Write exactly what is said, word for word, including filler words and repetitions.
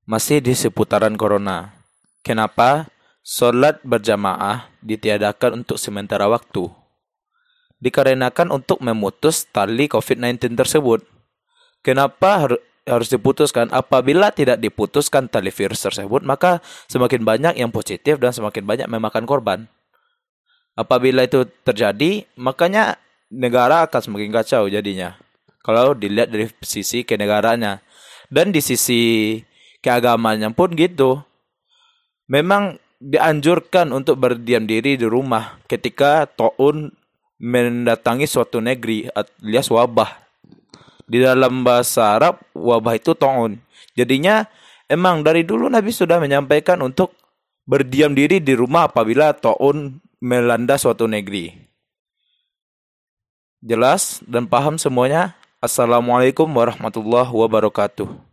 Masih di seputaran corona. Kenapa sholat berjamaah ditiadakan untuk sementara waktu? Dikarenakan untuk memutus tali covid sembilan belas tersebut. Kenapa har- harus diputuskan? Apabila tidak diputuskan tali virus tersebut, maka semakin banyak yang positif dan semakin banyak memakan korban. Apabila itu terjadi, makanya negara akan semakin kacau jadinya. Kalau dilihat dari sisi kenegaranya. Dan di sisi keagamannya pun gitu. Memang dianjurkan untuk berdiam diri di rumah ketika taun mendatangi suatu negeri alias wabah. Di dalam bahasa Arab, wabah itu taun. Jadinya emang dari dulu Nabi sudah menyampaikan untuk berdiam diri di rumah apabila taun melanda suatu negeri. Jelas dan paham semuanya? Assalamualaikum warahmatullahi wabarakatuh.